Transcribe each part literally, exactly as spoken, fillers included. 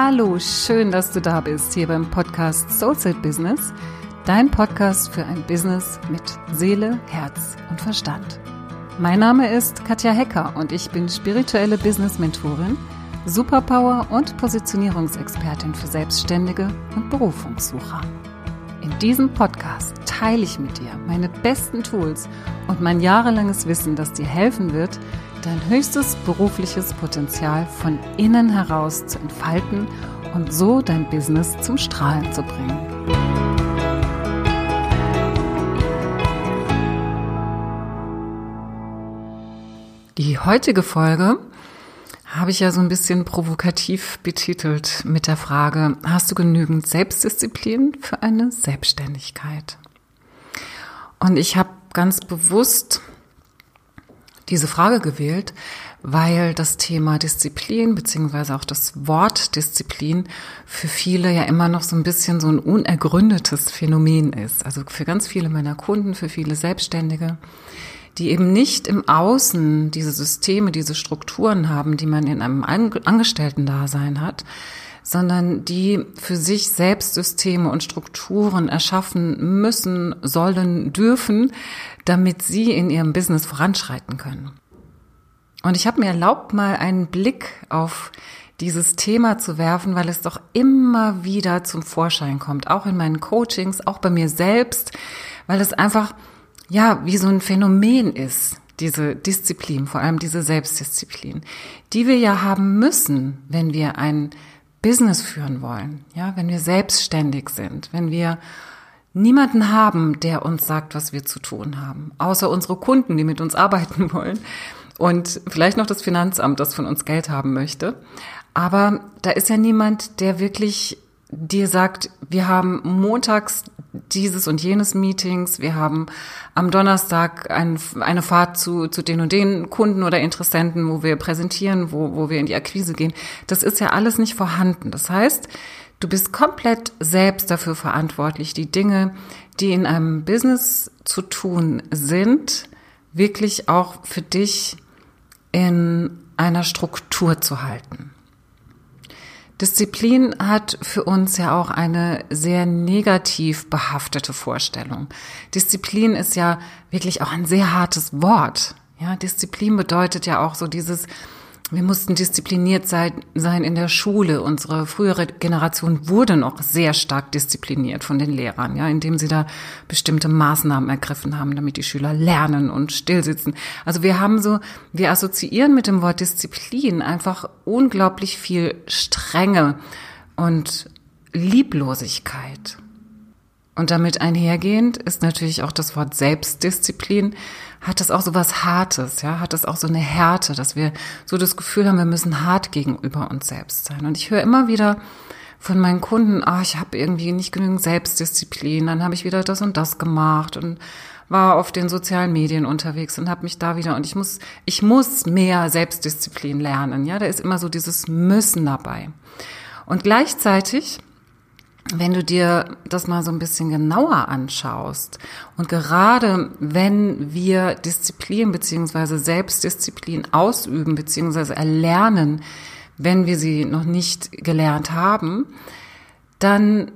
Hallo, schön, dass du da bist, hier beim Podcast Soulset Business, dein Podcast für ein Business mit Seele, Herz und Verstand. Mein Name ist Katja Hecker und ich bin spirituelle Business-Mentorin, Superpower- und Positionierungsexpertin für Selbstständige und Berufungssucher. In diesem Podcast teile ich mit dir meine besten Tools und mein jahrelanges Wissen, das dir helfen wird, dein höchstes berufliches Potenzial von innen heraus zu entfalten und so dein Business zum Strahlen zu bringen. Die heutige Folge habe ich ja so ein bisschen provokativ betitelt mit der Frage: Hast du genügend Selbstdisziplin für eine Selbstständigkeit? Und ich habe ganz bewusst diese Frage gewählt, weil das Thema Disziplin beziehungsweise auch das Wort Disziplin für viele ja immer noch so ein bisschen so ein unergründetes Phänomen ist. Also für ganz viele meiner Kunden, für viele Selbstständige, die eben nicht im Außen diese Systeme, diese Strukturen haben, die man in einem Angestellten-Dasein hat, sondern die für sich selbst Systeme und Strukturen erschaffen müssen, sollen, dürfen, damit sie in ihrem Business voranschreiten können. Und ich habe mir erlaubt, mal einen Blick auf dieses Thema zu werfen, weil es doch immer wieder zum Vorschein kommt, auch in meinen Coachings, auch bei mir selbst, weil es einfach ja wie so ein Phänomen ist, diese Disziplin, vor allem diese Selbstdisziplin, die wir ja haben müssen, wenn wir ein Business führen wollen, ja, wenn wir selbstständig sind, wenn wir niemanden haben, der uns sagt, was wir zu tun haben, außer unsere Kunden, die mit uns arbeiten wollen und vielleicht noch das Finanzamt, das von uns Geld haben möchte. Aber da ist ja niemand, der wirklich dir sagt, wir haben montags dieses und jenes Meetings, wir haben am Donnerstag ein, eine Fahrt zu, zu den und den Kunden oder Interessenten, wo wir präsentieren, wo, wo wir in die Akquise gehen. Das ist ja alles nicht vorhanden. Das heißt, du bist komplett selbst dafür verantwortlich, die Dinge, die in einem Business zu tun sind, wirklich auch für dich in einer Struktur zu halten. Disziplin hat für uns ja auch eine sehr negativ behaftete Vorstellung. Disziplin ist ja wirklich auch ein sehr hartes Wort. Ja, Disziplin bedeutet ja auch so dieses, wir mussten diszipliniert sein, sein in der Schule. Unsere frühere Generation wurde noch sehr stark diszipliniert von den Lehrern, ja, indem sie da bestimmte Maßnahmen ergriffen haben, damit die Schüler lernen und stillsitzen. Also wir haben so, wir assoziieren mit dem Wort Disziplin einfach unglaublich viel Strenge und Lieblosigkeit. Und damit einhergehend ist natürlich auch das Wort Selbstdisziplin, hat das auch so was Hartes, ja, hat das auch so eine Härte, dass wir so das Gefühl haben, wir müssen hart gegenüber uns selbst sein. Und ich höre immer wieder von meinen Kunden, ah, ich habe irgendwie nicht genügend Selbstdisziplin, dann habe ich wieder das und das gemacht und war auf den sozialen Medien unterwegs und habe mich da wieder, und ich muss, ich muss mehr Selbstdisziplin lernen, ja, da ist immer so dieses Müssen dabei. Und gleichzeitig, wenn du dir das mal so ein bisschen genauer anschaust und gerade wenn wir Disziplin beziehungsweise Selbstdisziplin ausüben beziehungsweise erlernen, wenn wir sie noch nicht gelernt haben, dann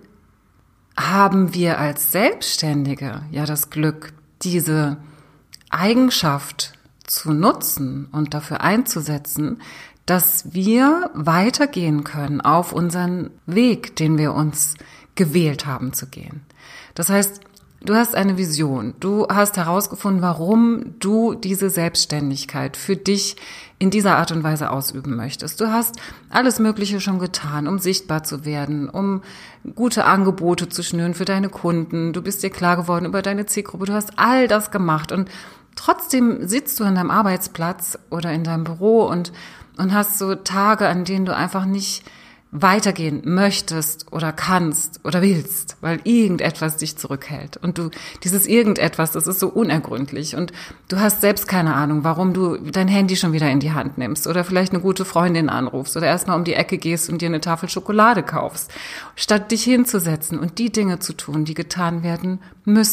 haben wir als Selbstständige ja das Glück, diese Eigenschaft zu nutzen und dafür einzusetzen, dass wir weitergehen können auf unseren Weg, den wir uns gewählt haben zu gehen. Das heißt, du hast eine Vision, du hast herausgefunden, warum du diese Selbstständigkeit für dich in dieser Art und Weise ausüben möchtest. Du hast alles Mögliche schon getan, um sichtbar zu werden, um gute Angebote zu schnüren für deine Kunden. Du bist dir klar geworden über deine Zielgruppe, du hast all das gemacht und trotzdem sitzt du an deinem Arbeitsplatz oder in deinem Büro und und hast so Tage, an denen du einfach nicht weitergehen möchtest oder kannst oder willst, weil irgendetwas dich zurückhält. Und du, dieses irgendetwas, das ist so unergründlich. Und du hast selbst keine Ahnung, warum du dein Handy schon wieder in die Hand nimmst oder vielleicht eine gute Freundin anrufst oder erstmal um die Ecke gehst und dir eine Tafel Schokolade kaufst, statt dich hinzusetzen und die Dinge zu tun, die getan werden müssen.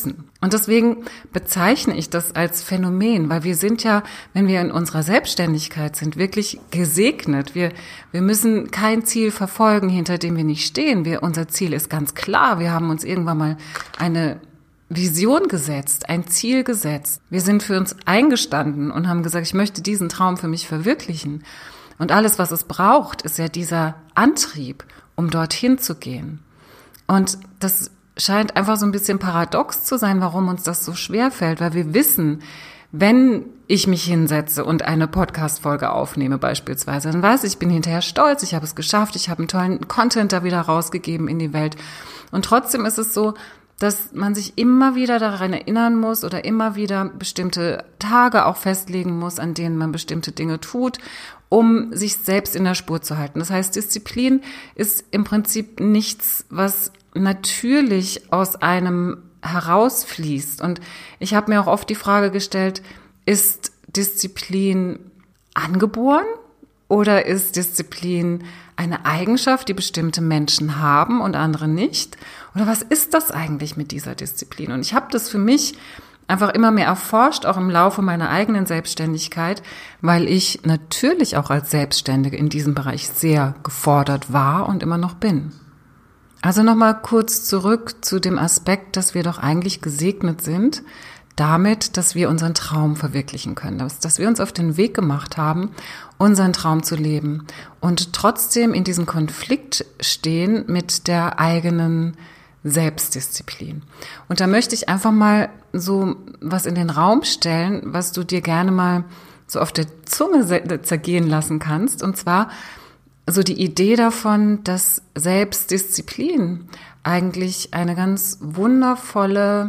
Und deswegen bezeichne ich das als Phänomen, weil wir sind ja, wenn wir in unserer Selbstständigkeit sind, wirklich gesegnet. Wir, wir müssen kein Ziel verfolgen, hinter dem wir nicht stehen. Wir, unser Ziel ist ganz klar. Wir haben uns irgendwann mal eine Vision gesetzt, ein Ziel gesetzt. Wir sind für uns eingestanden und haben gesagt, ich möchte diesen Traum für mich verwirklichen. Und alles, was es braucht, ist ja dieser Antrieb, um dorthin zu gehen. Und das scheint einfach so ein bisschen paradox zu sein, warum uns das so schwer fällt, weil wir wissen, wenn ich mich hinsetze und eine Podcast-Folge aufnehme beispielsweise, dann weiß ich, ich bin hinterher stolz, ich habe es geschafft, ich habe einen tollen Content da wieder rausgegeben in die Welt. Und trotzdem ist es so, dass man sich immer wieder daran erinnern muss oder immer wieder bestimmte Tage auch festlegen muss, an denen man bestimmte Dinge tut, um sich selbst in der Spur zu halten. Das heißt, Disziplin ist im Prinzip nichts, was natürlich aus einem herausfließt. Und ich habe mir auch oft die Frage gestellt, ist Disziplin angeboren oder ist Disziplin eine Eigenschaft, die bestimmte Menschen haben und andere nicht? Oder was ist das eigentlich mit dieser Disziplin? Und ich habe das für mich einfach immer mehr erforscht, auch im Laufe meiner eigenen Selbstständigkeit, weil ich natürlich auch als Selbstständige in diesem Bereich sehr gefordert war und immer noch bin. Also nochmal kurz zurück zu dem Aspekt, dass wir doch eigentlich gesegnet sind, damit, dass wir unseren Traum verwirklichen können, dass, dass wir uns auf den Weg gemacht haben, unseren Traum zu leben und trotzdem in diesem Konflikt stehen mit der eigenen Selbstdisziplin. Und da möchte ich einfach mal so was in den Raum stellen, was du dir gerne mal so auf der Zunge zergehen lassen kannst, und zwar so die Idee davon, dass Selbstdisziplin eigentlich eine ganz wundervolle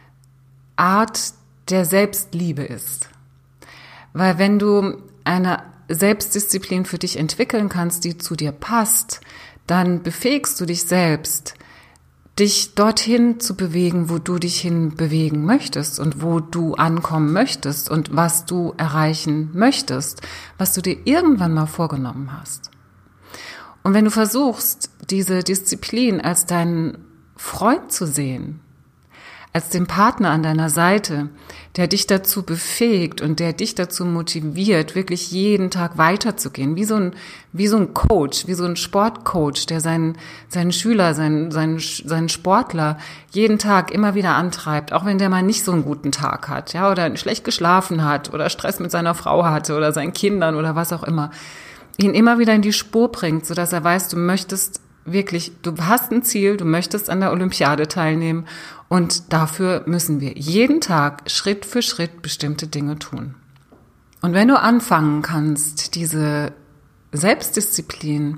Art der Selbstliebe ist. Weil wenn du eine Selbstdisziplin für dich entwickeln kannst, die zu dir passt, dann befähigst du dich selbst, dich dorthin zu bewegen, wo du dich hin bewegen möchtest und wo du ankommen möchtest und was du erreichen möchtest, was du dir irgendwann mal vorgenommen hast. Und wenn du versuchst, diese Disziplin als deinen Freund zu sehen, als den Partner an deiner Seite, der dich dazu befähigt und der dich dazu motiviert, wirklich jeden Tag weiterzugehen, wie so ein, wie so ein Coach, wie so ein Sportcoach, der seinen, seinen Schüler, seinen, seinen, seinen Sportler jeden Tag immer wieder antreibt, auch wenn der mal nicht so einen guten Tag hat, ja, oder schlecht geschlafen hat oder Stress mit seiner Frau hatte oder seinen Kindern oder was auch immer, ihn immer wieder in die Spur bringt, sodass er weiß, du möchtest wirklich, du hast ein Ziel, du möchtest an der Olympiade teilnehmen und dafür müssen wir jeden Tag Schritt für Schritt bestimmte Dinge tun. Und wenn du anfangen kannst, diese Selbstdisziplin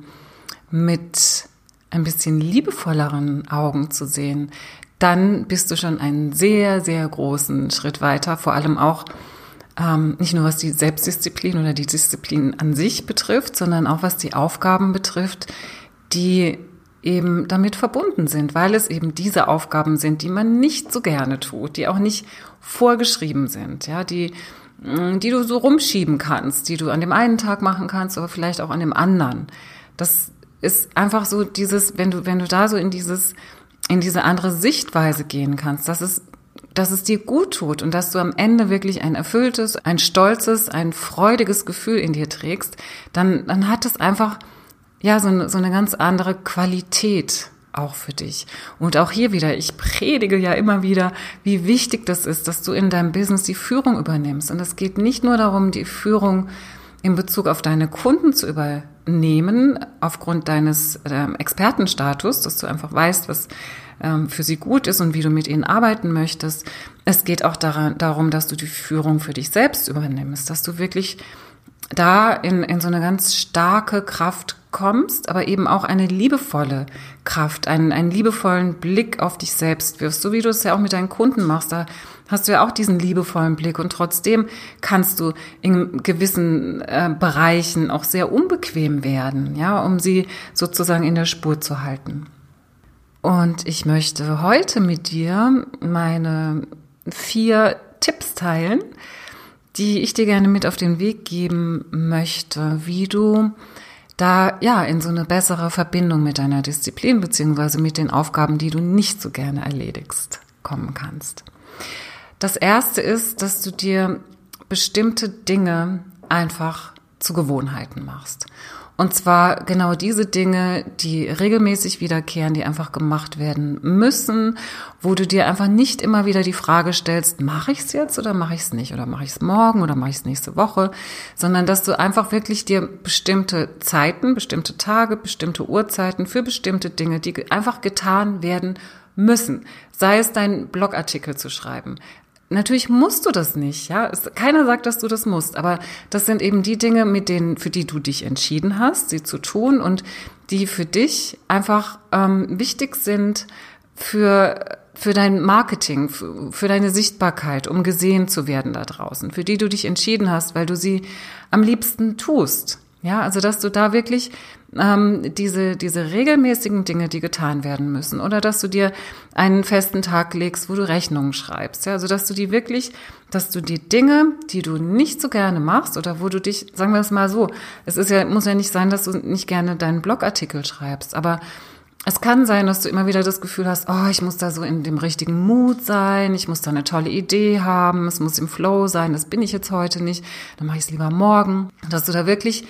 mit ein bisschen liebevolleren Augen zu sehen, dann bist du schon einen sehr, sehr großen Schritt weiter, vor allem auch ähm, nicht nur was die Selbstdisziplin oder die Disziplin an sich betrifft, sondern auch was die Aufgaben betrifft, die eben damit verbunden sind, weil es eben diese Aufgaben sind, die man nicht so gerne tut, die auch nicht vorgeschrieben sind, ja, die, die du so rumschieben kannst, die du an dem einen Tag machen kannst, aber vielleicht auch an dem anderen. Das ist einfach so dieses, wenn du, wenn du da so in dieses, in diese andere Sichtweise gehen kannst, dass es, dass es dir gut tut und dass du am Ende wirklich ein erfülltes, ein stolzes, ein freudiges Gefühl in dir trägst, dann, dann hat es einfach ja, so eine, so eine ganz andere Qualität auch für dich. Und auch hier wieder, ich predige ja immer wieder, wie wichtig das ist, dass du in deinem Business die Führung übernimmst. Und es geht nicht nur darum, die Führung in Bezug auf deine Kunden zu übernehmen, aufgrund deines äh, Expertenstatus, dass du einfach weißt, was ähm, für sie gut ist und wie du mit ihnen arbeiten möchtest. Es geht auch daran, darum, dass du die Führung für dich selbst übernimmst, dass du wirklich da in, in so eine ganz starke Kraft kommst, aber eben auch eine liebevolle Kraft, einen, einen liebevollen Blick auf dich selbst wirfst, so wie du es ja auch mit deinen Kunden machst. Da hast du ja auch diesen liebevollen Blick und trotzdem kannst du in gewissen äh, Bereichen auch sehr unbequem werden, ja, um sie sozusagen in der Spur zu halten. Und ich möchte heute mit dir meine vier Tipps teilen, die ich dir gerne mit auf den Weg geben möchte, wie du da ja in so eine bessere Verbindung mit deiner Disziplin beziehungsweise mit den Aufgaben, die du nicht so gerne erledigst, kommen kannst. Das erste ist, dass du dir bestimmte Dinge einfach zu Gewohnheiten machst. Und zwar genau diese Dinge, die regelmäßig wiederkehren, die einfach gemacht werden müssen, wo du dir einfach nicht immer wieder die Frage stellst, mache ich es jetzt oder mache ich es nicht? Oder mache ich es morgen oder mache ich es nächste Woche? Sondern dass du einfach wirklich dir bestimmte Zeiten, bestimmte Tage, bestimmte Uhrzeiten für bestimmte Dinge, die einfach getan werden müssen. Sei es dein Blogartikel zu schreiben. Natürlich musst du das nicht, ja. Es, keiner sagt, dass du das musst, aber das sind eben die Dinge, mit denen, für die du dich entschieden hast, sie zu tun und die für dich einfach ähm, wichtig sind für für dein Marketing, für, für deine Sichtbarkeit, um gesehen zu werden da draußen, für die du dich entschieden hast, weil du sie am liebsten tust. Ja, also dass du da wirklich ähm, diese diese regelmäßigen Dinge, die getan werden müssen, oder dass du dir einen festen Tag legst, wo du Rechnungen schreibst. Ja, also dass du die wirklich, dass du die Dinge, die du nicht so gerne machst oder wo du dich, sagen wir es mal so, es ist ja muss ja nicht sein, dass du nicht gerne deinen Blogartikel schreibst, aber es kann sein, dass du immer wieder das Gefühl hast, oh, ich muss da so in dem richtigen Mut sein, ich muss da eine tolle Idee haben, es muss im Flow sein, das bin ich jetzt heute nicht, dann mache ich es lieber morgen. Dass du da wirklich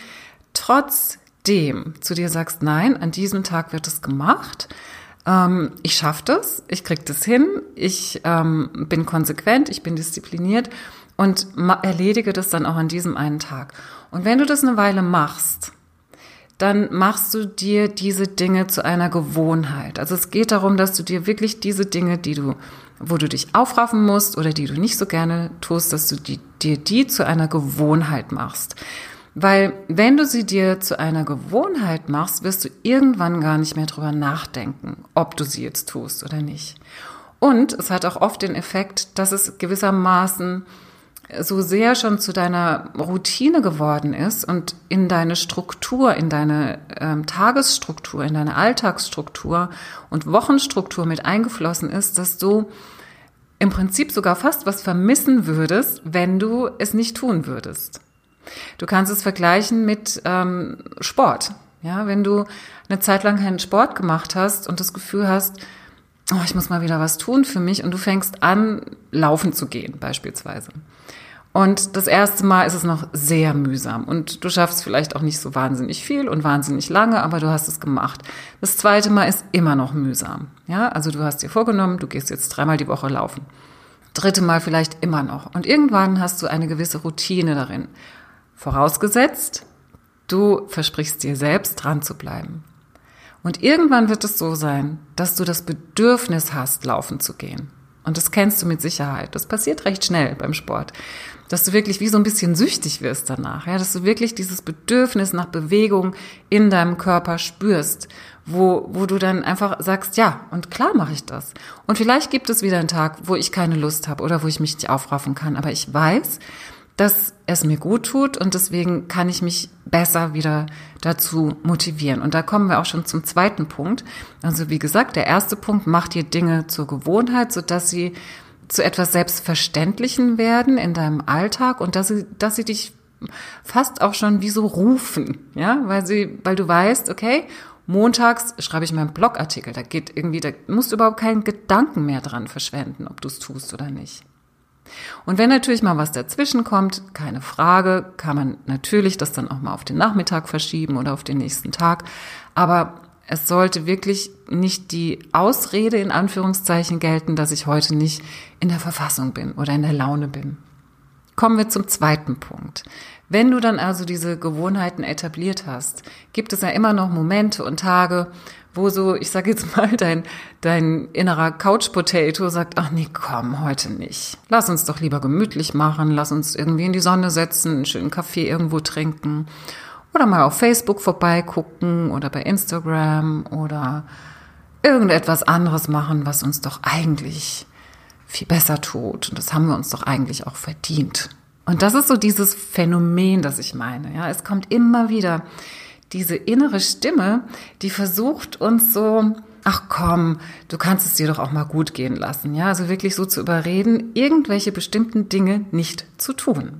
trotzdem zu dir sagst, nein, an diesem Tag wird es gemacht, ähm, ich schaffe das, ich kriege das hin, ich ähm, bin konsequent, ich bin diszipliniert und erledige das dann auch an diesem einen Tag. Und wenn du das eine Weile machst, dann machst du dir diese Dinge zu einer Gewohnheit. Also es geht darum, dass du dir wirklich diese Dinge, die du, wo du dich aufraffen musst oder die du nicht so gerne tust, dass du die, dir die zu einer Gewohnheit machst. Weil wenn du sie dir zu einer Gewohnheit machst, wirst du irgendwann gar nicht mehr drüber nachdenken, ob du sie jetzt tust oder nicht. Und es hat auch oft den Effekt, dass es gewissermaßen so sehr schon zu deiner Routine geworden ist und in deine Struktur, in deine ähm, Tagesstruktur, in deine Alltagsstruktur und Wochenstruktur mit eingeflossen ist, dass du im Prinzip sogar fast was vermissen würdest, wenn du es nicht tun würdest. Du kannst es vergleichen mit ähm, Sport. Ja, wenn du eine Zeit lang keinen Sport gemacht hast und das Gefühl hast, oh, ich muss mal wieder was tun für mich, und du fängst an, laufen zu gehen beispielsweise. Und das erste Mal ist es noch sehr mühsam und du schaffst vielleicht auch nicht so wahnsinnig viel und wahnsinnig lange, aber du hast es gemacht. Das zweite Mal ist immer noch mühsam. Ja, also du hast dir vorgenommen, du gehst jetzt dreimal die Woche laufen. Dritte Mal vielleicht immer noch. Und irgendwann hast du eine gewisse Routine darin. Vorausgesetzt, du versprichst dir selbst, dran zu bleiben. Und irgendwann wird es so sein, dass du das Bedürfnis hast, laufen zu gehen. Und das kennst du mit Sicherheit. Das passiert recht schnell beim Sport. Dass du wirklich wie so ein bisschen süchtig wirst danach. Ja, dass du wirklich dieses Bedürfnis nach Bewegung in deinem Körper spürst, wo, wo du dann einfach sagst, ja, und klar mache ich das. Und vielleicht gibt es wieder einen Tag, wo ich keine Lust habe oder wo ich mich nicht aufraffen kann. Aber ich weiß, dass es mir gut tut, und deswegen kann ich mich besser wieder dazu motivieren. Und da kommen wir auch schon zum zweiten Punkt. Also wie gesagt, der erste Punkt, mach dir Dinge zur Gewohnheit, sodass sie zu etwas Selbstverständlichen werden in deinem Alltag und dass sie, dass sie dich fast auch schon wie so rufen, ja, weil sie, weil du weißt, okay, montags schreibe ich meinen Blogartikel, da geht irgendwie, da musst du überhaupt keinen Gedanken mehr dran verschwenden, ob du es tust oder nicht. Und wenn natürlich mal was dazwischen kommt, keine Frage, kann man natürlich das dann auch mal auf den Nachmittag verschieben oder auf den nächsten Tag. Aber es sollte wirklich nicht die Ausrede in Anführungszeichen gelten, dass ich heute nicht in der Verfassung bin oder in der Laune bin. Kommen wir zum zweiten Punkt. Wenn du dann also diese Gewohnheiten etabliert hast, gibt es ja immer noch Momente und Tage, wo so, ich sage jetzt mal, dein, dein innerer Couch-Potato sagt, ach nee, komm, heute nicht. Lass uns doch lieber gemütlich machen, lass uns irgendwie in die Sonne setzen, einen schönen Kaffee irgendwo trinken oder mal auf Facebook vorbeigucken oder bei Instagram oder irgendetwas anderes machen, was uns doch eigentlich viel besser tut. Und das haben wir uns doch eigentlich auch verdient. Und das ist so dieses Phänomen, das ich meine. Ja, es kommt immer wieder diese innere Stimme, die versucht uns so, ach komm, du kannst es dir doch auch mal gut gehen lassen. Ja, also wirklich so zu überreden, irgendwelche bestimmten Dinge nicht zu tun.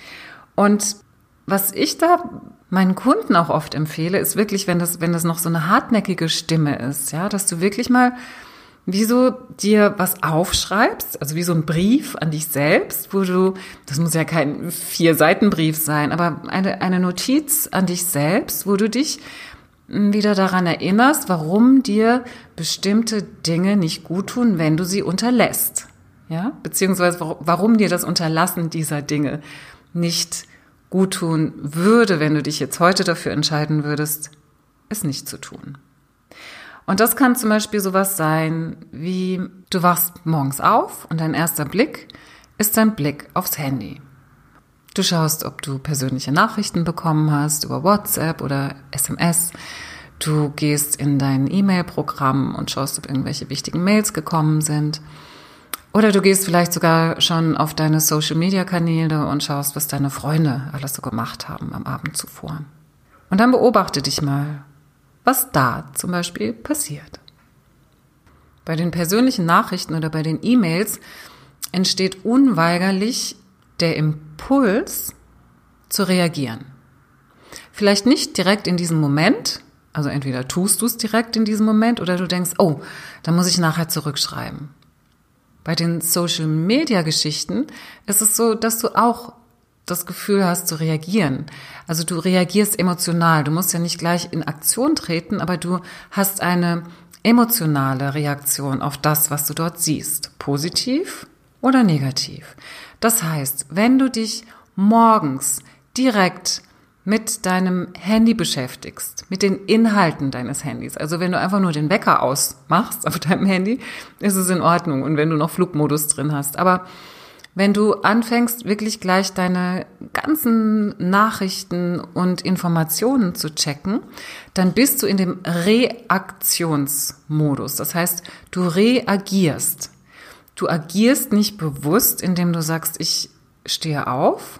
Und was ich da meinen Kunden auch oft empfehle, ist wirklich, wenn das, wenn das noch so eine hartnäckige Stimme ist, ja, dass du wirklich mal wie du dir was aufschreibst, also wie so ein Brief an dich selbst, wo du, das muss ja kein Vier-Seiten-Brief sein, aber eine, eine Notiz an dich selbst, wo du dich wieder daran erinnerst, warum dir bestimmte Dinge nicht gut tun, wenn du sie unterlässt. Ja? Beziehungsweise warum dir das Unterlassen dieser Dinge nicht gut tun würde, wenn du dich jetzt heute dafür entscheiden würdest, es nicht zu tun. Und das kann zum Beispiel sowas sein, wie du wachst morgens auf und dein erster Blick ist dein Blick aufs Handy. Du schaust, ob du persönliche Nachrichten bekommen hast über WhatsApp oder S M S. Du gehst in dein E-Mail-Programm und schaust, ob irgendwelche wichtigen Mails gekommen sind. Oder du gehst vielleicht sogar schon auf deine Social-Media-Kanäle und schaust, was deine Freunde alles so gemacht haben am Abend zuvor. Und dann beobachte dich mal, was da zum Beispiel passiert. Bei den persönlichen Nachrichten oder bei den E-Mails entsteht unweigerlich der Impuls zu reagieren. Vielleicht nicht direkt in diesem Moment, also entweder tust du es direkt in diesem Moment oder du denkst, oh, da muss ich nachher zurückschreiben. Bei den Social-Media-Geschichten ist es so, dass du auch das Gefühl hast zu reagieren. Also du reagierst emotional. Du musst ja nicht gleich in Aktion treten, aber du hast eine emotionale Reaktion auf das, was du dort siehst. Positiv oder negativ. Das heißt, wenn du dich morgens direkt mit deinem Handy beschäftigst, mit den Inhalten deines Handys, also wenn du einfach nur den Wecker ausmachst auf deinem Handy, ist es in Ordnung und wenn du noch Flugmodus drin hast. Aber wenn du anfängst, wirklich gleich deine ganzen Nachrichten und Informationen zu checken, dann bist du in dem Reaktionsmodus. Das heißt, du reagierst. Du agierst nicht bewusst, indem du sagst, ich stehe auf,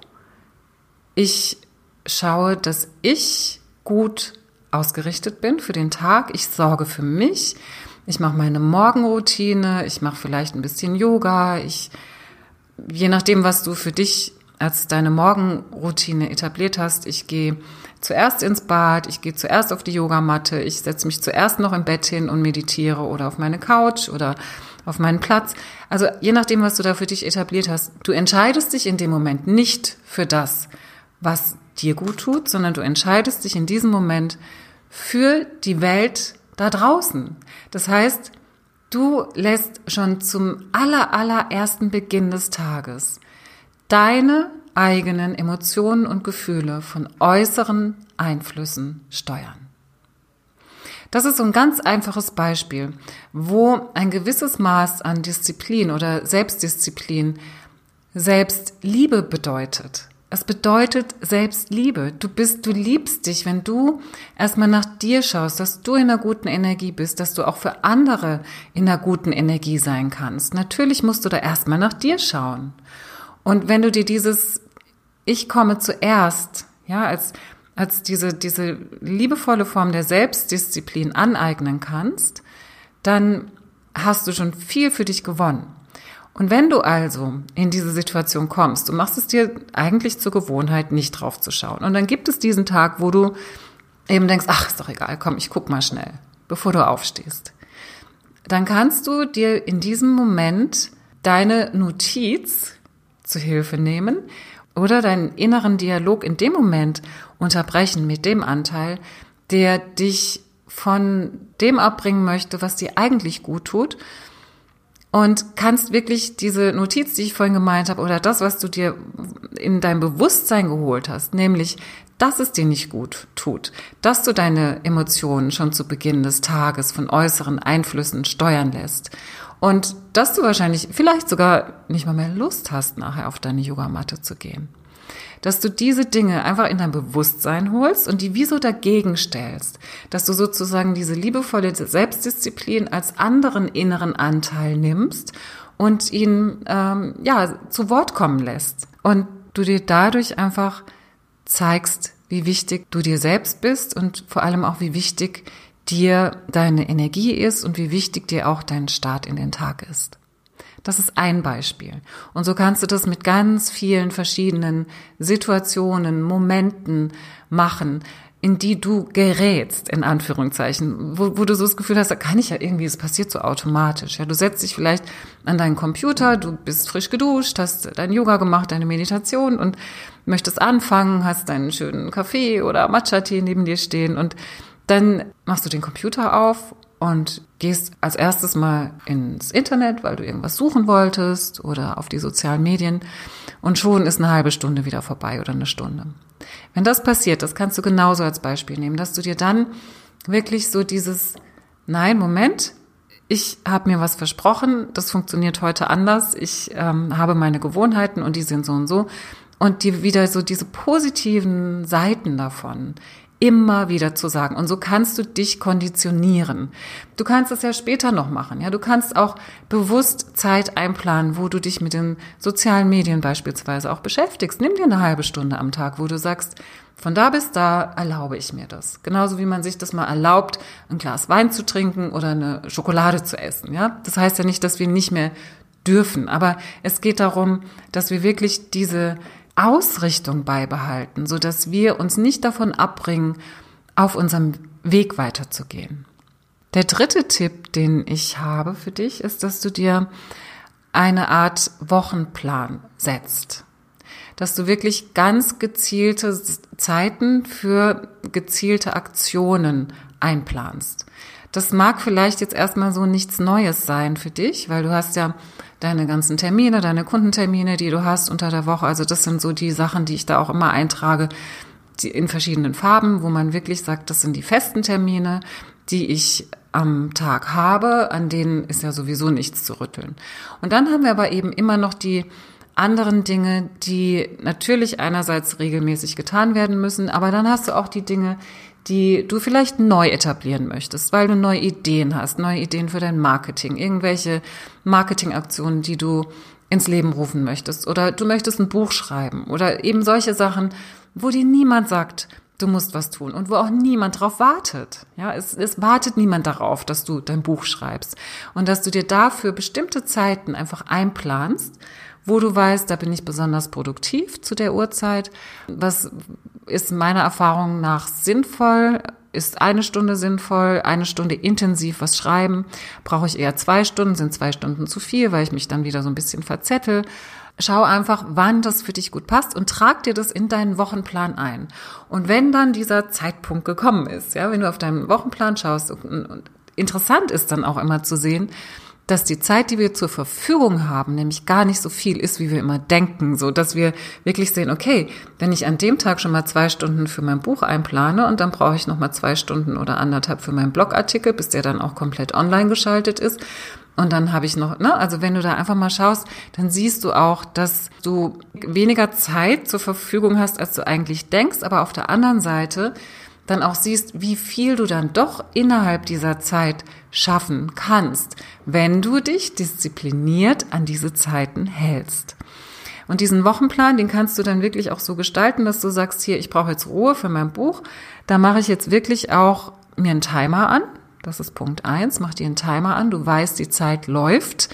ich schaue, dass ich gut ausgerichtet bin für den Tag, ich sorge für mich, ich mache meine Morgenroutine, ich mache vielleicht ein bisschen Yoga, ich je nachdem, was du für dich als deine Morgenroutine etabliert hast, ich gehe zuerst ins Bad, ich gehe zuerst auf die Yogamatte, ich setze mich zuerst noch im Bett hin und meditiere oder auf meine Couch oder auf meinen Platz. Also je nachdem, was du da für dich etabliert hast, du entscheidest dich in dem Moment nicht für das, was dir gut tut, sondern du entscheidest dich in diesem Moment für die Welt da draußen. Das heißt, du lässt schon zum aller, allerersten Beginn des Tages deine eigenen Emotionen und Gefühle von äußeren Einflüssen steuern. Das ist so ein ganz einfaches Beispiel, wo ein gewisses Maß an Disziplin oder Selbstdisziplin Selbstliebe bedeutet. Es bedeutet Selbstliebe. Du bist, du liebst dich, wenn du erstmal nach dir schaust, dass du in einer guten Energie bist, dass du auch für andere in einer guten Energie sein kannst. Natürlich musst du da erstmal nach dir schauen. Und wenn du dir dieses Ich komme zuerst, ja, als, als diese, diese liebevolle Form der Selbstdisziplin aneignen kannst, dann hast du schon viel für dich gewonnen. Und wenn du also in diese Situation kommst, du machst es dir eigentlich zur Gewohnheit, nicht drauf zu schauen. Und dann gibt es diesen Tag, wo du eben denkst, ach, ist doch egal, komm, ich guck mal schnell, bevor du aufstehst. Dann kannst du dir in diesem Moment deine Notiz zu Hilfe nehmen oder deinen inneren Dialog in dem Moment unterbrechen mit dem Anteil, der dich von dem abbringen möchte, was dir eigentlich gut tut. Und kannst wirklich diese Notiz, die ich vorhin gemeint habe, oder das, was du dir in dein Bewusstsein geholt hast, nämlich, dass es dir nicht gut tut, dass du deine Emotionen schon zu Beginn des Tages von äußeren Einflüssen steuern lässt und dass du wahrscheinlich vielleicht sogar nicht mal mehr Lust hast, nachher auf deine Yogamatte zu gehen. Dass du diese Dinge einfach in dein Bewusstsein holst und die wie so dagegen stellst. Dass du sozusagen diese liebevolle Selbstdisziplin als anderen inneren Anteil nimmst und ihn ähm, ja zu Wort kommen lässt. Und du dir dadurch einfach zeigst, wie wichtig du dir selbst bist und vor allem auch, wie wichtig dir deine Energie ist und wie wichtig dir auch dein Start in den Tag ist. Das ist ein Beispiel. Und so kannst du das mit ganz vielen verschiedenen Situationen, Momenten machen, in die du gerätst, in Anführungszeichen, wo, wo du so das Gefühl hast, da kann ich ja irgendwie, es passiert so automatisch. Ja, du setzt dich vielleicht an deinen Computer, du bist frisch geduscht, hast dein Yoga gemacht, deine Meditation und möchtest anfangen, hast deinen schönen Kaffee oder Matcha-Tee neben dir stehen und dann machst du den Computer auf und gehst als erstes mal ins Internet, weil du irgendwas suchen wolltest oder auf die sozialen Medien und schon ist eine halbe Stunde wieder vorbei oder eine Stunde. Wenn das passiert, das kannst du genauso als Beispiel nehmen, dass du dir dann wirklich so dieses, nein, Moment, ich habe mir was versprochen, das funktioniert heute anders, ich ähm, habe meine Gewohnheiten und die sind so und so und dir wieder so diese positiven Seiten davon immer wieder zu sagen. Und so kannst du dich konditionieren. Du kannst es ja später noch machen. Ja, du kannst auch bewusst Zeit einplanen, wo du dich mit den sozialen Medien beispielsweise auch beschäftigst. Nimm dir eine halbe Stunde am Tag, wo du sagst, von da bis da erlaube ich mir das. Genauso wie man sich das mal erlaubt, ein Glas Wein zu trinken oder eine Schokolade zu essen. Ja, das heißt ja nicht, dass wir nicht mehr dürfen. Aber es geht darum, dass wir wirklich diese Ausrichtung beibehalten, so dass wir uns nicht davon abbringen, auf unserem Weg weiterzugehen. Der dritte Tipp, den ich habe für dich, ist, dass du dir eine Art Wochenplan setzt. Dass du wirklich ganz gezielte Zeiten für gezielte Aktionen einplanst. Das mag vielleicht jetzt erstmal so nichts Neues sein für dich, weil du hast ja deine ganzen Termine, deine Kundentermine, die du hast unter der Woche. Also das sind so die Sachen, die ich da auch immer eintrage, die in verschiedenen Farben, wo man wirklich sagt, das sind die festen Termine, die ich am Tag habe, an denen ist ja sowieso nichts zu rütteln. Und dann haben wir aber eben immer noch die anderen Dinge, die natürlich einerseits regelmäßig getan werden müssen, aber dann hast du auch die Dinge, die du vielleicht neu etablieren möchtest, weil du neue Ideen hast, neue Ideen für dein Marketing, irgendwelche Marketingaktionen, die du ins Leben rufen möchtest oder du möchtest ein Buch schreiben oder eben solche Sachen, wo dir niemand sagt, du musst was tun und wo auch niemand drauf wartet. Ja, es, es wartet niemand darauf, dass du dein Buch schreibst und dass du dir dafür bestimmte Zeiten einfach einplanst, wo du weißt, da bin ich besonders produktiv zu der Uhrzeit. Was ist meiner Erfahrung nach sinnvoll? Ist eine Stunde sinnvoll? Eine Stunde intensiv was schreiben? Brauche ich eher zwei Stunden? Sind zwei Stunden zu viel, weil ich mich dann wieder so ein bisschen verzettel? Schau einfach, wann das für dich gut passt und trag dir das in deinen Wochenplan ein. Und wenn dann dieser Zeitpunkt gekommen ist, ja, wenn du auf deinen Wochenplan schaust, und, und interessant ist dann auch immer zu sehen, dass die Zeit, die wir zur Verfügung haben, nämlich gar nicht so viel ist, wie wir immer denken, so dass wir wirklich sehen, okay, wenn ich an dem Tag schon mal zwei Stunden für mein Buch einplane und dann brauche ich noch mal zwei Stunden oder anderthalb für meinen Blogartikel, bis der dann auch komplett online geschaltet ist. Und dann habe ich noch, ne, also wenn du da einfach mal schaust, dann siehst du auch, dass du weniger Zeit zur Verfügung hast, als du eigentlich denkst, aber auf der anderen Seite dann auch siehst, wie viel du dann doch innerhalb dieser Zeit schaffen kannst, wenn du dich diszipliniert an diese Zeiten hältst. Und diesen Wochenplan, den kannst du dann wirklich auch so gestalten, dass du sagst, hier, ich brauche jetzt Ruhe für mein Buch, da mache ich jetzt wirklich auch mir einen Timer an. Das ist Punkt eins, mach dir einen Timer an, du weißt, die Zeit läuft.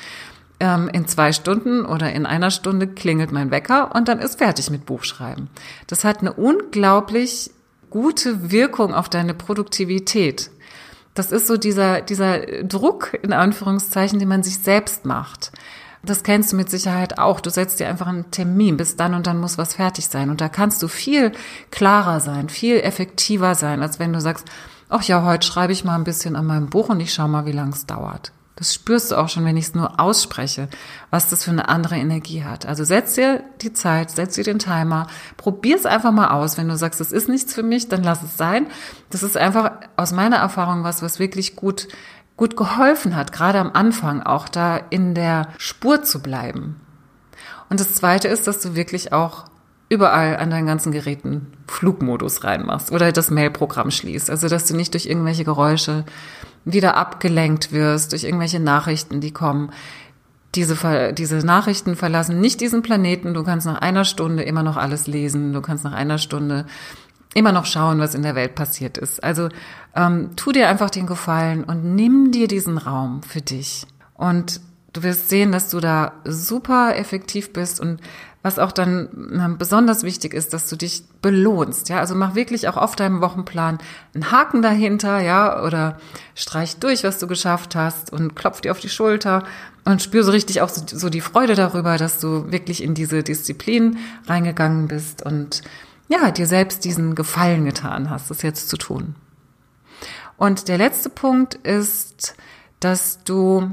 In zwei Stunden oder in einer Stunde klingelt mein Wecker und dann ist fertig mit Buchschreiben. Das hat eine unglaublich gute Wirkung auf deine Produktivität. Das ist so dieser, dieser Druck, in Anführungszeichen, den man sich selbst macht. Das kennst du mit Sicherheit auch. Du setzt dir einfach einen Termin, bis dann und dann muss was fertig sein. Und da kannst du viel klarer sein, viel effektiver sein, als wenn du sagst, ach ja, heute schreibe ich mal ein bisschen an meinem Buch und ich schaue mal, wie lange es dauert. Das spürst du auch schon, wenn ich es nur ausspreche, was das für eine andere Energie hat. Also setz dir die Zeit, setz dir den Timer, probier es einfach mal aus. Wenn du sagst, das ist nichts für mich, dann lass es sein. Das ist einfach aus meiner Erfahrung was, was wirklich gut, gut geholfen hat, gerade am Anfang auch da in der Spur zu bleiben. Und das Zweite ist, dass du wirklich auch überall an deinen ganzen Geräten Flugmodus reinmachst oder das Mailprogramm schließt. Also, dass du nicht durch irgendwelche Geräusche wieder abgelenkt wirst, durch irgendwelche Nachrichten, die kommen. Diese, diese Nachrichten verlassen nicht diesen Planeten. Du kannst nach einer Stunde immer noch alles lesen. Du kannst nach einer Stunde immer noch schauen, was in der Welt passiert ist. Also, ähm, tu dir einfach den Gefallen und nimm dir diesen Raum für dich. Und du wirst sehen, dass du da super effektiv bist und was auch dann besonders wichtig ist, dass du dich belohnst, ja, also mach wirklich auch auf deinem Wochenplan einen Haken dahinter, ja, oder streich durch, was du geschafft hast und klopf dir auf die Schulter und spür so richtig auch so, so die Freude darüber, dass du wirklich in diese Disziplin reingegangen bist und ja, dir selbst diesen Gefallen getan hast, das jetzt zu tun. Und der letzte Punkt ist, dass du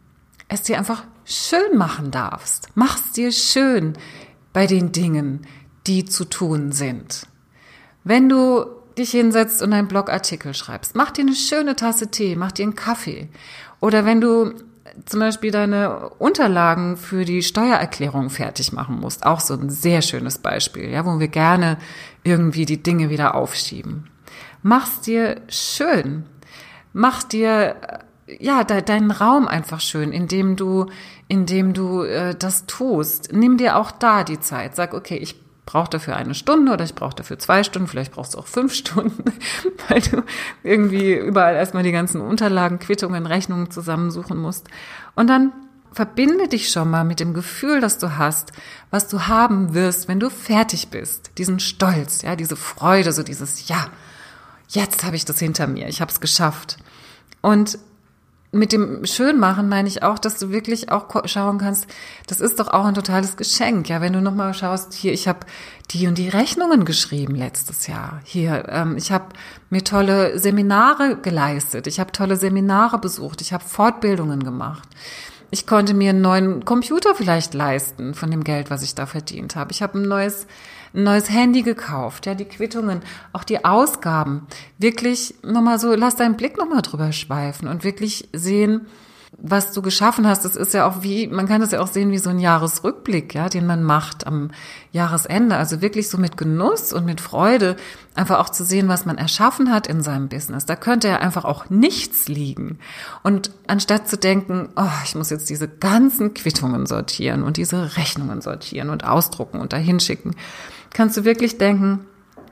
es dir einfach schön machen darfst. Mach's dir schön bei den Dingen, die zu tun sind. Wenn du dich hinsetzt und einen Blogartikel schreibst, mach dir eine schöne Tasse Tee, mach dir einen Kaffee. Oder wenn du zum Beispiel deine Unterlagen für die Steuererklärung fertig machen musst, auch so ein sehr schönes Beispiel, ja, wo wir gerne irgendwie die Dinge wieder aufschieben. Mach's dir schön. Mach dir ja, de, deinen Raum einfach schön, indem du, indem du äh, das tust. Nimm dir auch da die Zeit. Sag, okay, ich brauche dafür eine Stunde oder ich brauche dafür zwei Stunden, vielleicht brauchst du auch fünf Stunden, weil du irgendwie überall erstmal die ganzen Unterlagen, Quittungen, Rechnungen zusammensuchen musst. Und dann verbinde dich schon mal mit dem Gefühl, das du hast, was du haben wirst, wenn du fertig bist. Diesen Stolz, ja, diese Freude, so dieses, ja, jetzt habe ich das hinter mir, ich habe es geschafft. Und mit dem Schönmachen meine ich auch, dass du wirklich auch schauen kannst, das ist doch auch ein totales Geschenk, ja, wenn du nochmal schaust, hier, ich habe die und die Rechnungen geschrieben letztes Jahr, hier, ähm, ich habe mir tolle Seminare geleistet, ich habe tolle Seminare besucht, ich habe Fortbildungen gemacht, ich konnte mir einen neuen Computer vielleicht leisten von dem Geld, was ich da verdient habe, ich habe ein neues ein neues Handy gekauft, ja, die Quittungen, auch die Ausgaben, wirklich nochmal so, lass deinen Blick nochmal drüber schweifen und wirklich sehen, was du geschaffen hast. Das ist ja auch wie, man kann das ja auch sehen wie so ein Jahresrückblick, ja, den man macht am Jahresende, also wirklich so mit Genuss und mit Freude, einfach auch zu sehen, was man erschaffen hat in seinem Business. Da könnte ja einfach auch nichts liegen. Und anstatt zu denken, oh, ich muss jetzt diese ganzen Quittungen sortieren und diese Rechnungen sortieren und ausdrucken und dahin schicken, kannst du wirklich denken,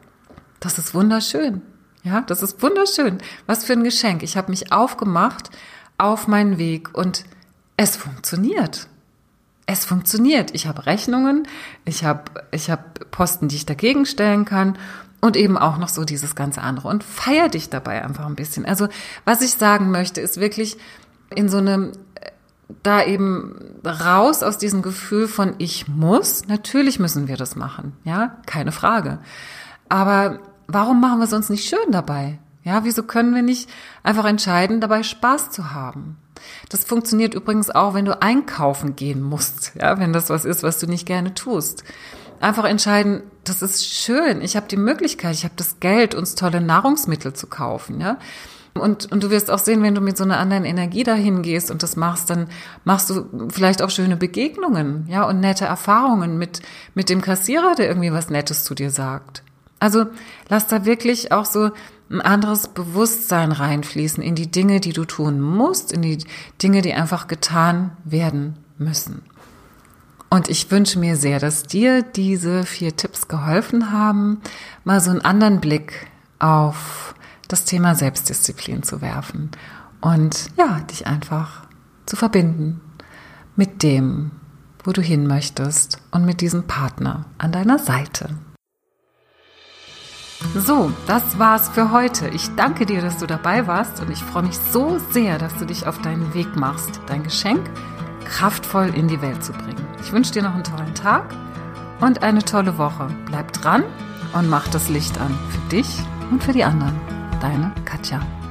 das ist wunderschön. Ja, das ist wunderschön. Was für ein Geschenk. Ich habe mich aufgemacht auf meinen Weg und es funktioniert. Es funktioniert. Ich habe Rechnungen, ich habe ich habe Posten, die ich dagegen stellen kann und eben auch noch so dieses ganze andere und feier dich dabei einfach ein bisschen. Also was ich sagen möchte, ist wirklich in so einem da eben raus aus diesem Gefühl von ich muss. Natürlich müssen wir das machen, ja, keine Frage. Aber warum machen wir es uns nicht schön dabei? Ja, wieso können wir nicht einfach entscheiden, dabei Spaß zu haben? Das funktioniert übrigens auch, wenn du einkaufen gehen musst, ja, wenn das was ist, was du nicht gerne tust. Einfach entscheiden, das ist schön, ich habe die Möglichkeit, ich habe das Geld, uns tolle Nahrungsmittel zu kaufen, ja. Und, und du wirst auch sehen, wenn du mit so einer anderen Energie dahin gehst und das machst, dann machst du vielleicht auch schöne Begegnungen, ja, und nette Erfahrungen mit, mit dem Kassierer, der irgendwie was Nettes zu dir sagt. Also lass da wirklich auch so ein anderes Bewusstsein reinfließen in die Dinge, die du tun musst, in die Dinge, die einfach getan werden müssen. Und ich wünsche mir sehr, dass dir diese vier Tipps geholfen haben, mal so einen anderen Blick auf das Thema Selbstdisziplin zu werfen und ja, dich einfach zu verbinden mit dem, wo du hin möchtest und mit diesem Partner an deiner Seite. So, das war's für heute. Ich danke dir, dass du dabei warst und ich freue mich so sehr, dass du dich auf deinen Weg machst, dein Geschenk kraftvoll in die Welt zu bringen. Ich wünsche dir noch einen tollen Tag und eine tolle Woche. Bleib dran und mach das Licht an für dich und für die anderen. Deine Katja.